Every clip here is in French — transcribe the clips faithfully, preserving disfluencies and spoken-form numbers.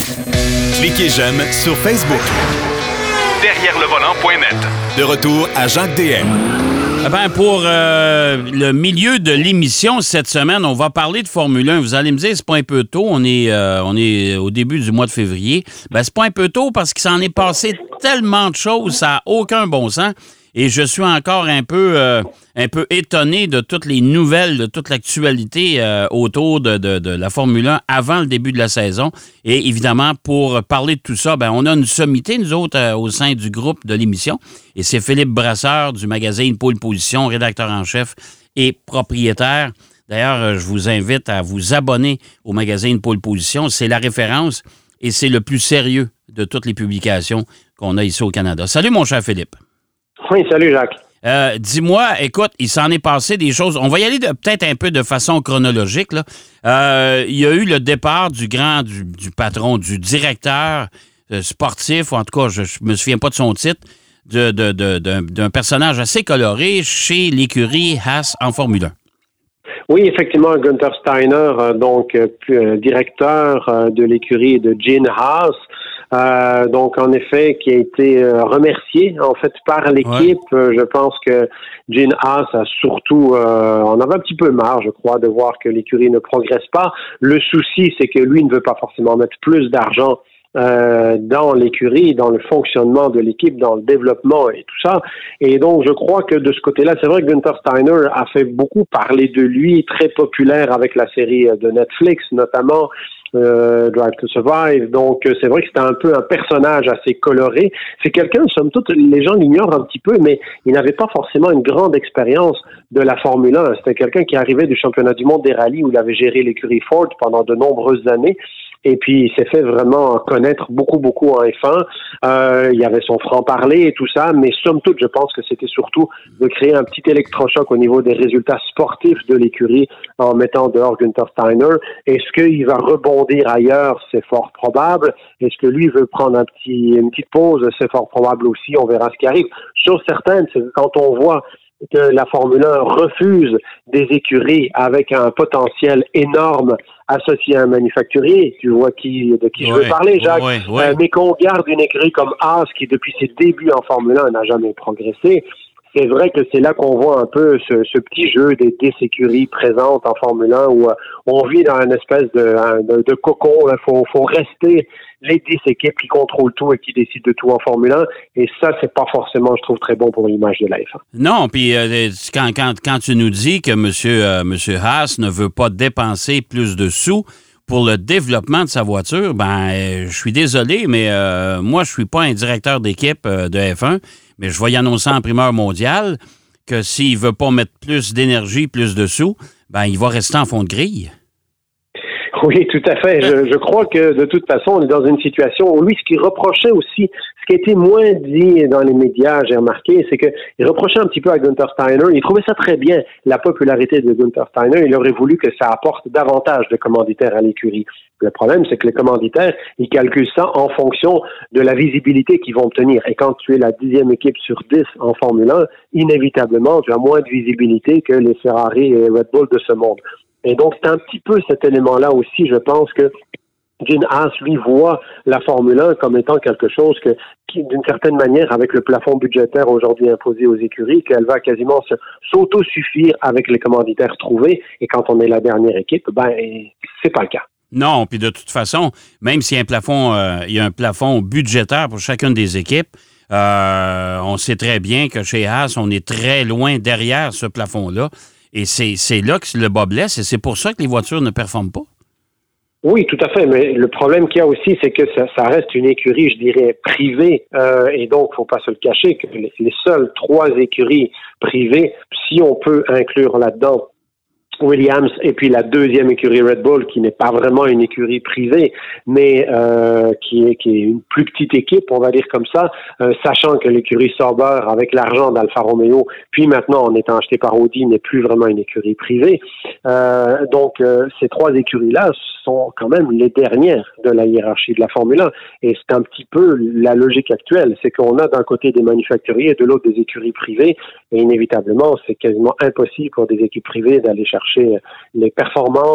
Cliquez j'aime sur Facebook. Derrière le volant point net. De retour à Jacques D M. Eh ben pour euh, le milieu de l'émission cette semaine, on va parler de Formule un. Vous allez me dire, c'est pas un peu tôt. On est, euh, on est au début du mois de février. Ben, c'est pas un peu tôt parce qu'il s'en est passé tellement de choses, ça n'a aucun bon sens. Et je suis encore un peu, euh, un peu étonné de toutes les nouvelles, de toute l'actualité euh, autour de, de, de la Formule un avant le début de la saison. Et évidemment, pour parler de tout ça, ben, on a une sommité, nous autres, euh, au sein du groupe de l'émission. Et c'est Philippe Brasseur du magazine Pôle Position, rédacteur en chef et propriétaire. D'ailleurs, je vous invite à vous abonner au magazine Pôle Position. C'est la référence et c'est le plus sérieux de toutes les publications qu'on a ici au Canada. Salut, mon cher Philippe. Oui, salut Jacques. Euh, dis-moi, écoute, il s'en est passé des choses. On va y aller de, peut-être un peu de façon chronologique. Là. Euh, il y a eu le départ du grand, du, du patron, du directeur euh, sportif, ou en tout cas, je ne me souviens pas de son titre, de, de, de, d'un, d'un personnage assez coloré chez l'écurie Haas en Formule un. Oui, effectivement, Günther Steiner, euh, donc euh, directeur euh, de l'écurie de Gene Haas, euh, donc en effet qui a été euh, remercié en fait par l'équipe. Ouais. Euh, je pense que Gene Haas a surtout, euh, on avait un petit peu marre, je crois, de voir que l'écurie ne progresse pas. Le souci, c'est que lui ne veut pas forcément mettre plus d'argent Euh, dans l'écurie, dans le fonctionnement de l'équipe, dans le développement et tout ça. Et donc, je crois que de ce côté-là, c'est vrai que Günther Steiner a fait beaucoup parler de lui, très populaire avec la série de Netflix, notamment euh, Drive to Survive. Donc, c'est vrai que c'était un peu un personnage assez coloré. C'est quelqu'un, somme toute, les gens l'ignorent un petit peu, mais il n'avait pas forcément une grande expérience de la Formule un. C'était quelqu'un qui arrivait du championnat du monde des rallyes où il avait géré l'écurie Ford pendant de nombreuses années. Et puis, il s'est fait vraiment connaître beaucoup, beaucoup en F un. Euh, il y avait son franc-parler et tout ça, mais somme toute, je pense que c'était surtout de créer un petit électrochoc au niveau des résultats sportifs de l'écurie en mettant dehors Günther Steiner. Est-ce qu'il va rebondir ailleurs? C'est fort probable. Est-ce que lui veut prendre un petit, une petite pause? C'est fort probable aussi. On verra ce qui arrive. Chose certaine, c'est que quand on voit que la Formule un refuse des écuries avec un potentiel énorme associé à un manufacturier, tu vois qui, de qui ouais, je veux parler, Jacques, ouais, ouais. Euh, mais qu'on garde une écurie comme Haas qui, depuis ses débuts en Formule un, n'a jamais progressé. C'est vrai que c'est là qu'on voit un peu ce, ce petit jeu des dix écuries présentes en Formule un où euh, on vit dans une espèce de, de, de cocon. Il faut, faut rester les dix équipes qui contrôlent tout et qui décident de tout en Formule un. Et ça, c'est pas forcément, je trouve, très bon pour l'image de la F un. Non, puis euh, quand, quand, quand tu nous dis que M. Monsieur, euh, monsieur Haas ne veut pas dépenser plus de sous pour le développement de sa voiture, ben, euh, je suis désolé, mais euh, moi, je suis pas un directeur d'équipe euh, de F un, mais je vais y annoncer en primeur mondiale que s'il veut pas mettre plus d'énergie, plus de sous, ben, il va rester en fond de grille. Oui, tout à fait. Je, je crois que de toute façon, on est dans une situation où lui, ce qu'il reprochait aussi, ce qui a été moins dit dans les médias, j'ai remarqué, c'est qu'il reprochait un petit peu à Günther Steiner. Il trouvait ça très bien, la popularité de Günther Steiner. Il aurait voulu que ça apporte davantage de commanditaires à l'écurie. Le problème, c'est que les commanditaires, ils calculent ça en fonction de la visibilité qu'ils vont obtenir. Et quand tu es la dixième équipe sur dix en Formule un, inévitablement, tu as moins de visibilité que les Ferrari et Red Bull de ce monde. Et donc, c'est un petit peu cet élément-là aussi, je pense que Gene Haas, lui, voit la Formule un comme étant quelque chose que, qui, d'une certaine manière, avec le plafond budgétaire aujourd'hui imposé aux écuries, qu'elle va quasiment se, s'auto-suffire avec les commanditaires trouvés. Et quand on est la dernière équipe, ben, c'est pas le cas. Non, puis de toute façon, même s'il y a un plafond, euh, il y a un plafond budgétaire pour chacune des équipes, euh, on sait très bien que chez Haas, on est très loin derrière ce plafond-là. Et c'est, c'est là que le bas blesse et c'est pour ça que les voitures ne performent pas. Oui, tout à fait. Mais le problème qu'il y a aussi, c'est que ça, ça reste une écurie, je dirais, privée. Euh, et donc, faut pas se le cacher que les, les seules trois écuries privées, si on peut inclure là-dedans Williams et puis la deuxième écurie Red Bull, qui n'est pas vraiment une écurie privée, mais euh, qui est qui est une plus petite équipe, on va dire comme ça, euh, sachant que l'écurie Sauber, avec l'argent d'Alfa Romeo, puis maintenant en étant acheté par Audi, n'est plus vraiment une écurie privée. Euh, donc euh, ces trois écuries-là sont quand même les dernières de la hiérarchie de la Formule un, et c'est un petit peu la logique actuelle, c'est qu'on a d'un côté des manufacturiers et de l'autre des écuries privées, et inévitablement c'est quasiment impossible pour des équipes privées d'aller chercher les performances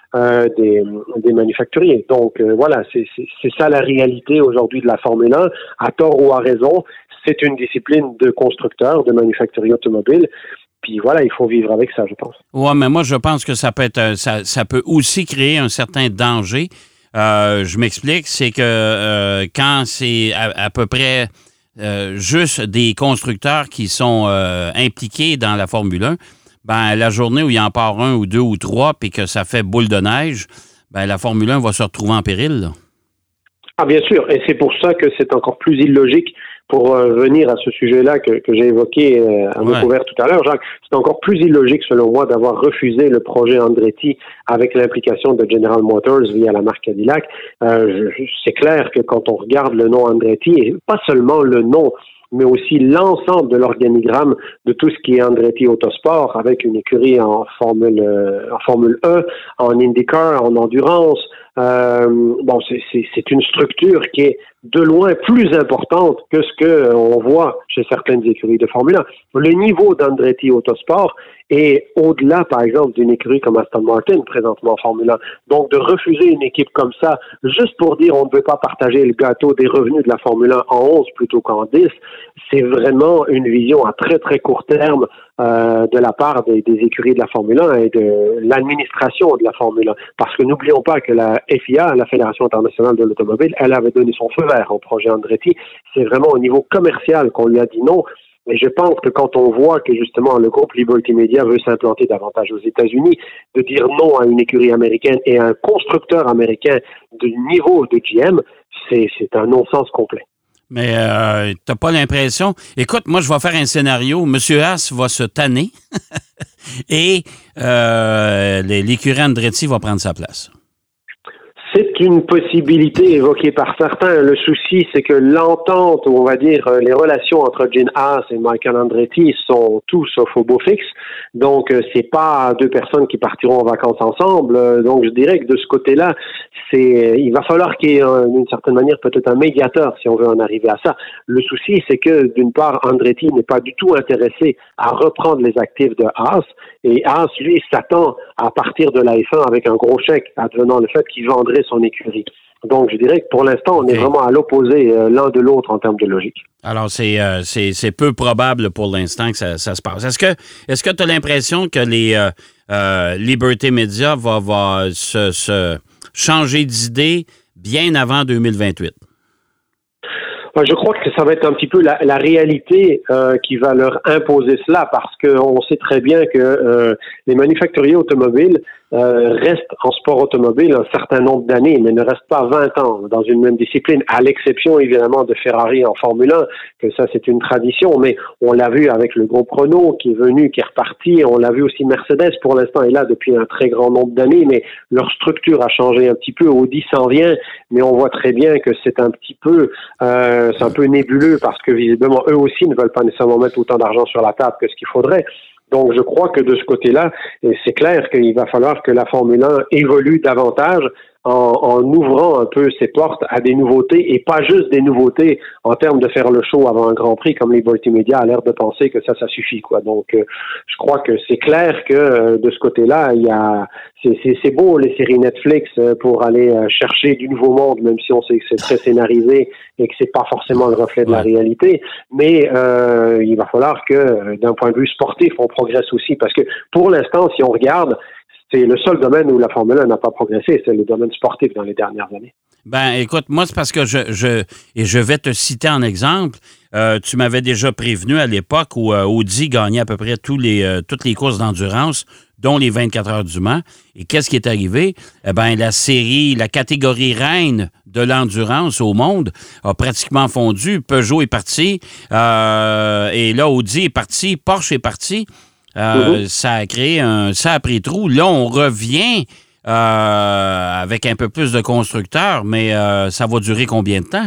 euh, des, des manufacturiers. Donc euh, voilà, c'est, c'est, c'est ça la réalité aujourd'hui de la Formule un, à tort ou à raison. C'est une discipline de constructeurs, de manufacturiers automobiles. Puis voilà, il faut vivre avec ça, je pense. Oui, mais moi, je pense que ça peut être, ça, ça peut aussi créer un certain danger. Euh, je m'explique, c'est que euh, quand c'est à, à peu près euh, juste des constructeurs qui sont euh, impliqués dans la Formule un, ben la journée où il y en part un ou deux ou trois, puis que ça fait boule de neige, ben la Formule un va se retrouver en péril, là. Ah, bien sûr, et c'est pour ça que c'est encore plus illogique pour euh, venir à ce sujet-là que, que j'ai évoqué euh, à Ouais. découvert tout à l'heure, Jacques. C'est encore plus illogique, selon moi, d'avoir refusé le projet Andretti avec l'implication de General Motors via la marque Cadillac. Euh, je, c'est clair que quand on regarde le nom Andretti, et pas seulement le nom, mais aussi l'ensemble de l'organigramme de tout ce qui est Andretti Autosport, avec une écurie en Formule, euh, en Formule un, en IndyCar, en endurance. Euh, bon, c'est, c'est, c'est une structure qui est de loin plus importante que ce que on voit chez certaines écuries de Formule un. Le niveau d'Andretti Autosport est au-delà, par exemple, d'une écurie comme Aston Martin, présentement en Formule un. Donc, de refuser une équipe comme ça, juste pour dire on ne veut pas partager le gâteau des revenus de la Formule un en onze plutôt qu'en dix, c'est vraiment une vision à très, très court terme euh, de la part des, des écuries de la Formule un et de l'administration de la Formule un. Parce que n'oublions pas que la F I A, la Fédération internationale de l'automobile, elle avait donné son feu vert au projet Andretti. C'est vraiment au niveau commercial qu'on lui a dit non. Mais je pense que quand on voit que justement le groupe Liberty Media veut s'implanter davantage aux États-Unis, de dire non à une écurie américaine et à un constructeur américain du niveau de G M, c'est, c'est un non-sens complet. Mais euh, t'as pas l'impression... Écoute, moi, je vais faire un scénario. Monsieur Haas va se tanner et euh, l'écurie Andretti va prendre sa place. C'est une possibilité évoquée par certains. Le souci, c'est que l'entente, ou on va dire les relations entre Gene Haas et Michael Andretti sont tout sauf au beau fixe. Donc, c'est pas deux personnes qui partiront en vacances ensemble. Donc, je dirais que de ce côté-là, c'est, il va falloir qu'il y ait un, d'une certaine manière peut-être un médiateur si on veut en arriver à ça. Le souci, c'est que d'une part, Andretti n'est pas du tout intéressé à reprendre les actifs de Haas. Et Haas, lui, s'attend à partir de la F un avec un gros chèque, advenant le fait qu'il vendrait son écurie. Donc, je dirais que pour l'instant, on est vraiment à l'opposé euh, l'un de l'autre en termes de logique. Alors, c'est, euh, c'est, c'est peu probable pour l'instant que ça, ça se passe. Est-ce que est-ce que tu as l'impression que les euh, euh, Liberty Media va, va se, se changer d'idée bien avant deux mille vingt-huit? Je crois que ça va être un petit peu la, la réalité euh, qui va leur imposer cela, parce qu'on sait très bien que euh, les manufacturiers automobiles euh, restent en sport automobile un certain nombre d'années, mais ne restent pas vingt ans dans une même discipline, à l'exception évidemment de Ferrari en Formule un, que ça c'est une tradition, mais on l'a vu avec le groupe Renault qui est venu, qui est reparti, on l'a vu aussi Mercedes pour l'instant est là depuis un très grand nombre d'années, mais leur structure a changé un petit peu, Audi s'en vient, mais on voit très bien que c'est un petit peu... Euh, c'est un peu nébuleux parce que visiblement, eux aussi ne veulent pas nécessairement mettre autant d'argent sur la table que ce qu'il faudrait. Donc, je crois que de ce côté-là, c'est clair qu'il va falloir que la Formule un évolue davantage en, en ouvrant un peu ses portes à des nouveautés et pas juste des nouveautés en termes de faire le show avant un Grand Prix comme les Liberty Media a l'air de penser que ça, ça suffit, quoi. Donc, euh, je crois que c'est clair que euh, de ce côté-là, il y a, c'est, c'est, c'est beau les séries Netflix euh, pour aller euh, chercher du nouveau monde, même si on sait que c'est très scénarisé et que c'est pas forcément le reflet de la réalité. Mais euh, il va falloir que, euh, d'un point de vue sportif, on progresse aussi, parce que pour l'instant, si on regarde, c'est le seul domaine où la Formule un n'a pas progressé, c'est le domaine sportif dans les dernières années. Ben, écoute, moi, c'est parce que je, je et je vais te citer en exemple. Euh, tu m'avais déjà prévenu à l'époque où euh, Audi gagnait à peu près tous les, euh, toutes les courses d'endurance, dont les vingt-quatre heures du Mans. Et qu'est-ce qui est arrivé? Eh ben, la série, la catégorie reine de l'endurance au monde a pratiquement fondu. Peugeot est parti, euh, et là, Audi est parti, Porsche est parti. Euh, mm-hmm. Ça a créé un sacré trou. Là, on revient euh, avec un peu plus de constructeurs, mais euh, ça va durer combien de temps?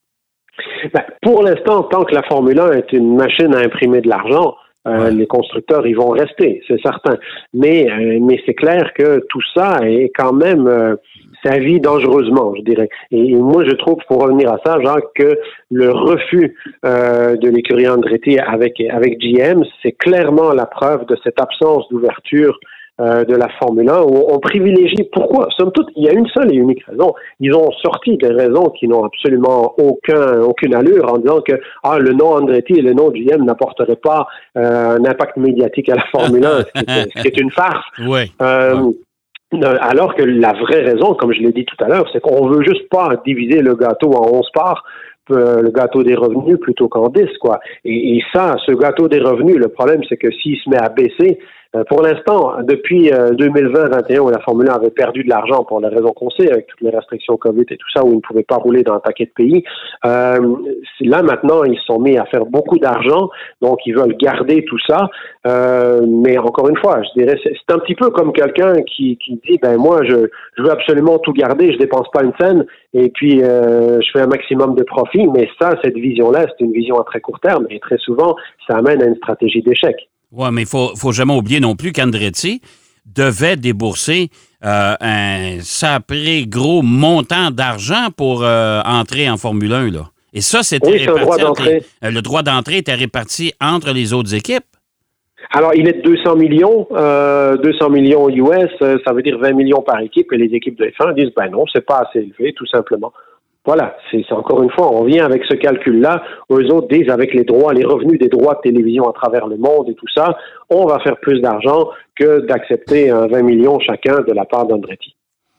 Ben, pour l'instant, tant que la Formule un est une machine à imprimer de l'argent, euh, ouais. les constructeurs, ils vont rester, c'est certain. Mais, euh, mais c'est clair que tout ça est quand même... Euh, ça vit dangereusement, je dirais. Et moi, je trouve, pour revenir à ça, Jacques, que le refus euh, de l'écurie Andretti avec avec G M, c'est clairement la preuve de cette absence d'ouverture euh, de la Formule un, où on privilégie, pourquoi? Somme toute, il y a une seule et unique raison. Ils ont sorti des raisons qui n'ont absolument aucun, aucune allure en disant que ah, le nom Andretti et le nom G M n'apporteraient pas euh, un impact médiatique à la Formule un, ce qui est, ce qui est une farce. Oui. Euh, ouais. Alors que la vraie raison, comme je l'ai dit tout à l'heure, c'est qu'on veut juste pas diviser le gâteau en onze parts, euh, le gâteau des revenus plutôt qu'en dix, quoi. Et, et ça, ce gâteau des revenus, le problème, c'est que s'il se met à baisser, euh, pour l'instant, depuis euh, deux mille vingt vingt et un, où la Formule un avait perdu de l'argent pour les raisons qu'on sait, avec toutes les restrictions COVID et tout ça, où ils ne pouvaient pas rouler dans un paquet de pays, euh, là, maintenant, ils se sont mis à faire beaucoup d'argent, donc ils veulent garder tout ça. Euh, mais encore une fois, je dirais, c'est, c'est un petit peu comme quelqu'un qui, qui dit, ben moi, je, je veux absolument tout garder, je dépense pas une scène, et puis euh, je fais un maximum de profit. Mais ça, cette vision-là, c'est une vision à très court terme, et très souvent, ça amène à une stratégie d'échec. Oui, mais il faut, faut jamais oublier non plus qu'Andretti devait débourser euh, un sacré gros montant d'argent pour euh, entrer en Formule un, là. Et ça, c'était oui, c'est réparti. Un droit d'entrée. Les, le droit d'entrée était réparti entre les autres équipes. Alors, il est de deux cents millions, euh, deux cents millions U S, euh, ça veut dire vingt millions par équipe, et les équipes de F un disent, ben non, c'est pas assez élevé, tout simplement. Voilà, c'est, c'est encore une fois, on vient avec ce calcul-là, eux autres disent, avec les droits, les revenus des droits de télévision à travers le monde et tout ça, on va faire plus d'argent que d'accepter un vingt millions chacun de la part d'Andretti.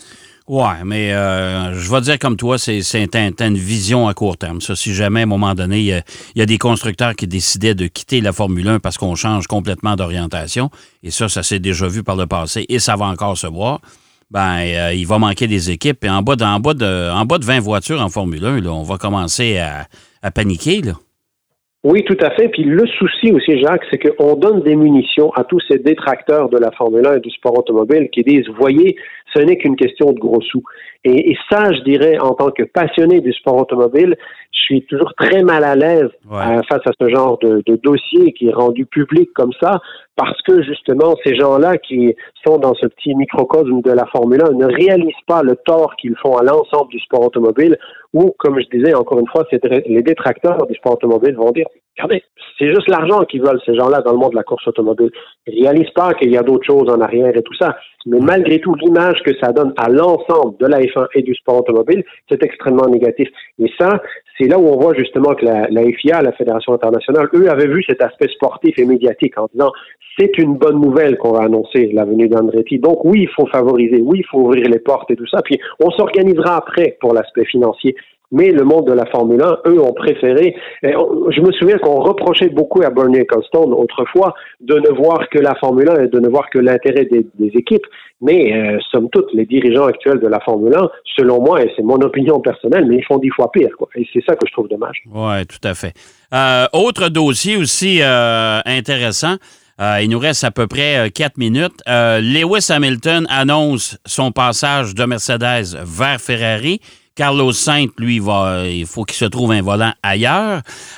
Ouais, mais euh, je vais dire comme toi, c'est, c'est un, une vision à court terme. Ça, si jamais, à un moment donné, il y, a, il y a des constructeurs qui décidaient de quitter la Formule un parce qu'on change complètement d'orientation, et ça, ça s'est déjà vu par le passé, et ça va encore se voir, ben, euh, il va manquer des équipes. Et en bas de, en bas de, en bas de vingt voitures en Formule un, là, on va commencer à, à paniquer, là. Oui, tout à fait. Puis le souci aussi, Jacques, c'est qu'on donne des munitions à tous ces détracteurs de la Formule un et du sport automobile qui disent, voyez, ce n'est qu'une question de gros sous. Et, et ça, je dirais, en tant que passionné du sport automobile, je suis toujours très mal à l'aise ouais. euh, face à ce genre de, de dossier qui est rendu public comme ça, parce que justement, ces gens-là qui sont dans ce petit microcosme de la Formule un ne réalisent pas le tort qu'ils font à l'ensemble du sport automobile, où, comme je disais, encore une fois, c'est les détracteurs du sport automobile vont dire, regardez, c'est juste l'argent qu'ils veulent, ces gens-là, dans le monde de la course automobile. Ils réalisent pas qu'il y a d'autres choses en arrière et tout ça. Mais malgré tout, l'image que ça donne à l'ensemble de la F un et du sport automobile, c'est extrêmement négatif. Et ça, c'est là où on voit justement que la, la F I A, la Fédération internationale, eux avaient vu cet aspect sportif et médiatique en disant, c'est une bonne nouvelle qu'on va annoncer, la venue d'Andretti. Donc oui, il faut favoriser, oui, il faut ouvrir les portes et tout ça. Puis on s'organisera après pour l'aspect financier. Mais le monde de la Formule un, eux, ont préféré. Je me souviens qu'on reprochait beaucoup à Bernie Ecclestone autrefois de ne voir que la Formule un et de ne voir que l'intérêt des, des équipes. Mais, euh, somme toute, les dirigeants actuels de la Formule un, selon moi, et c'est mon opinion personnelle, mais ils font dix fois pire, quoi. Et c'est ça que je trouve dommage. Oui, tout à fait. Euh, autre dossier aussi euh, intéressant. Euh, il nous reste à peu près quatre minutes. Euh, Lewis Hamilton annonce son passage de Mercedes vers Ferrari. Carlos Sainz, lui, va, il faut qu'il se trouve un volant ailleurs.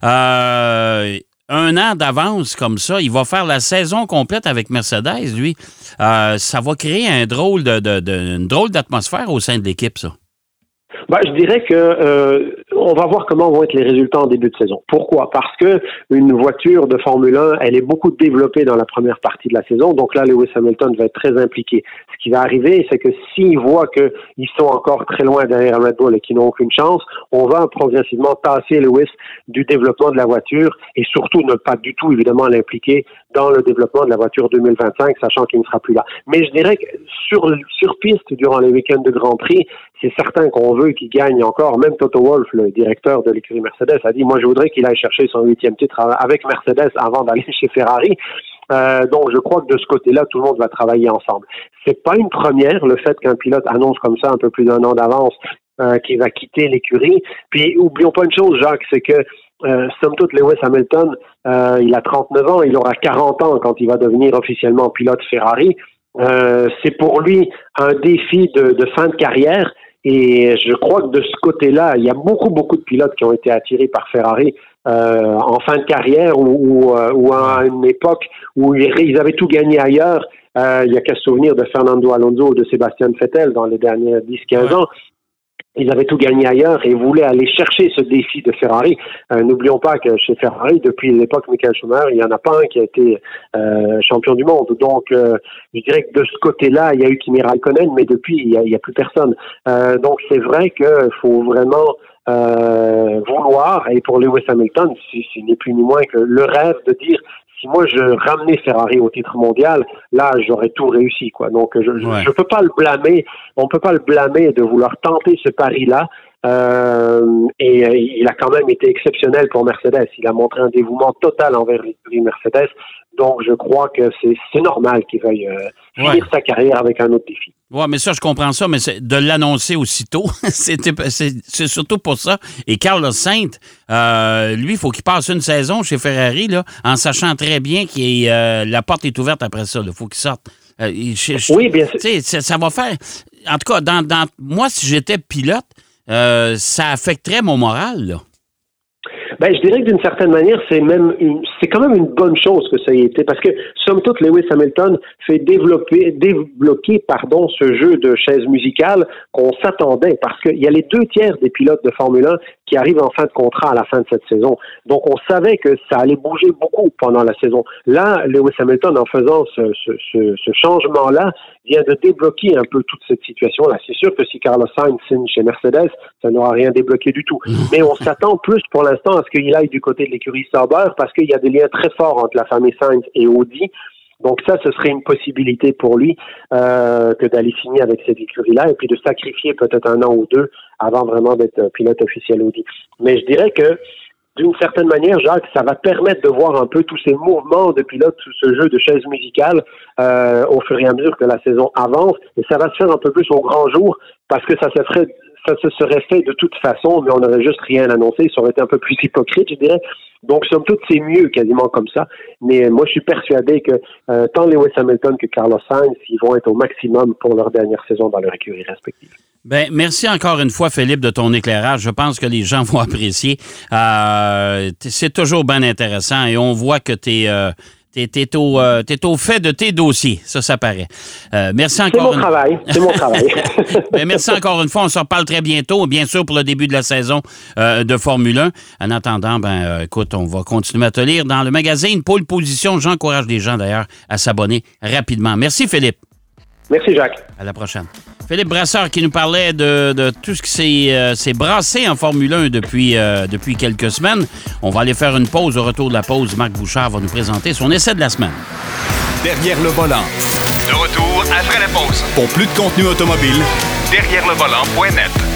Euh, un an d'avance comme ça, il va faire la saison complète avec Mercedes, lui. Euh, ça va créer un drôle de, de, de, une drôle d'atmosphère au sein de l'équipe, ça. Ben, je dirais que euh, on va voir comment vont être les résultats en début de saison. Pourquoi? Parce que une voiture de Formule un, elle est beaucoup développée dans la première partie de la saison. Donc là, Lewis Hamilton va être très impliqué. Ce qui va arriver, c'est que s'il voit qu'ils sont encore très loin derrière Red Bull et qu'ils n'ont aucune chance, on va progressivement tasser Lewis du développement de la voiture et surtout ne pas du tout, évidemment, l'impliquer dans le développement de la voiture deux mille vingt-cinq, sachant qu'il ne sera plus là. Mais je dirais que sur, sur piste, durant les week-ends de Grand Prix, c'est certain qu'on veut qu'il gagne encore. Même Toto Wolff, le directeur de l'écurie Mercedes, a dit, moi, je voudrais qu'il aille chercher son huitième titre avec Mercedes avant d'aller chez Ferrari. Euh, donc, je crois que de ce côté-là, tout le monde va travailler ensemble. C'est pas une première, le fait qu'un pilote annonce comme ça un peu plus d'un an d'avance euh, qu'il va quitter l'écurie. Puis, oublions pas une chose, Jacques, c'est que Euh, somme toute, Lewis Hamilton, euh, il a trente-neuf ans, il aura quarante ans quand il va devenir officiellement pilote Ferrari. Euh, c'est pour lui un défi de, de fin de carrière et je crois que de ce côté-là, il y a beaucoup, beaucoup de pilotes qui ont été attirés par Ferrari euh, en fin de carrière ou, ou, euh, ou à une époque où ils avaient tout gagné ailleurs. Euh, il y a qu'à se souvenir de Fernando Alonso ou de Sébastien Vettel dans les derniers dix quinze ans. ils avaient tout gagné ailleurs et voulaient aller chercher ce défi de Ferrari. Euh, n'oublions pas que chez Ferrari, depuis l'époque Michael Schumacher, il n'y en a pas un qui a été euh, champion du monde. Donc, euh, je dirais que de ce côté-là, il y a eu Kimi Raikkonen, mais depuis, il n'y a, il y a plus personne. Euh, donc, c'est vrai qu'il faut vraiment euh, vouloir, et pour Lewis Hamilton, c'est, c'est ni plus ni moins que le rêve de dire si moi je ramenais Ferrari au titre mondial, là j'aurais tout réussi, quoi. Donc je je, ouais. je peux pas le blâmer, on peut pas le blâmer de vouloir tenter ce pari-là. Euh, et euh, il a quand même été exceptionnel pour Mercedes. Il a montré un dévouement total envers l'écurie Mercedes. Donc je crois que c'est c'est normal qu'il veuille euh, finir ouais. sa carrière avec un autre défi. Oui, mais ça, je comprends ça, mais c'est de l'annoncer aussitôt, c'était, c'est, c'est surtout pour ça. Et Carlos Sainz, euh, lui, il faut qu'il passe une saison chez Ferrari, là, en sachant très bien que euh, la porte est ouverte après ça. Il faut qu'il sorte. Euh, je, je, oui, bien sûr. Ça, ça va faire... En tout cas, dans, dans, moi, si j'étais pilote, euh, ça affecterait mon moral, là. Ben, je dirais que d'une certaine manière, c'est même une, c'est quand même une bonne chose que ça ait été, parce que, somme toute, Lewis Hamilton fait développer, débloquer, pardon, ce jeu de chaises musicales qu'on s'attendait, parce qu'il y a les deux tiers des pilotes de Formule un qui arrivent en fin de contrat à la fin de cette saison. Donc, on savait que ça allait bouger beaucoup pendant la saison. Là, Lewis Hamilton, en faisant ce, ce, ce, ce changement-là, vient de débloquer un peu toute cette situation-là. C'est sûr que si Carlos Sainz signe chez Mercedes, ça n'aura rien débloqué du tout. Mais on s'attend plus pour l'instant à ce qu'il aille du côté de l'écurie Sauber, parce qu'il y a des liens très forts entre la famille Sainz et Audi. Donc ça, ce serait une possibilité pour lui euh, que d'aller signer avec cette écurie-là et puis de sacrifier peut-être un an ou deux avant vraiment d'être pilote officiel Audi. Mais je dirais que d'une certaine manière, Jacques, ça va permettre de voir un peu tous ces mouvements de pilotes, tout ce jeu de chaises musicales euh, au fur et à mesure que la saison avance. Et ça va se faire un peu plus au grand jour parce que ça se ferait, ça se serait fait de toute façon, mais on n'aurait juste rien annoncé. Ça aurait été un peu plus hypocrite, je dirais. Donc, somme toute, c'est mieux quasiment comme ça. Mais moi, je suis persuadé que euh, tant Lewis Hamilton que Carlos Sainz, ils vont être au maximum pour leur dernière saison dans leur écurie respective. Bien, merci encore une fois, Philippe, de ton éclairage. Je pense que les gens vont apprécier. Euh, c'est toujours bien intéressant et on voit que tu es... Euh, T'es, t'es, au, euh, t'es au fait de tes dossiers, ça, ça paraît. Euh, merci encore. C'est mon une... travail, c'est mon travail. Ben, merci encore une fois, on se reparle très bientôt, bien sûr, pour le début de la saison euh, de Formule un. En attendant, ben, euh, écoute, on va continuer à te lire dans le magazine Pôle Position. J'encourage les gens, d'ailleurs, à s'abonner rapidement. Merci, Philippe. Merci, Jacques. À la prochaine. Philippe Brasseur qui nous parlait de, de tout ce qui s'est, euh, s'est brassé en Formule un depuis, euh, depuis quelques semaines. On va aller faire une pause. Au retour de la pause, Marc Bouchard va nous présenter son essai de la semaine. Derrière le volant. De retour après la pause. Pour plus de contenu automobile, derrière le volant point net.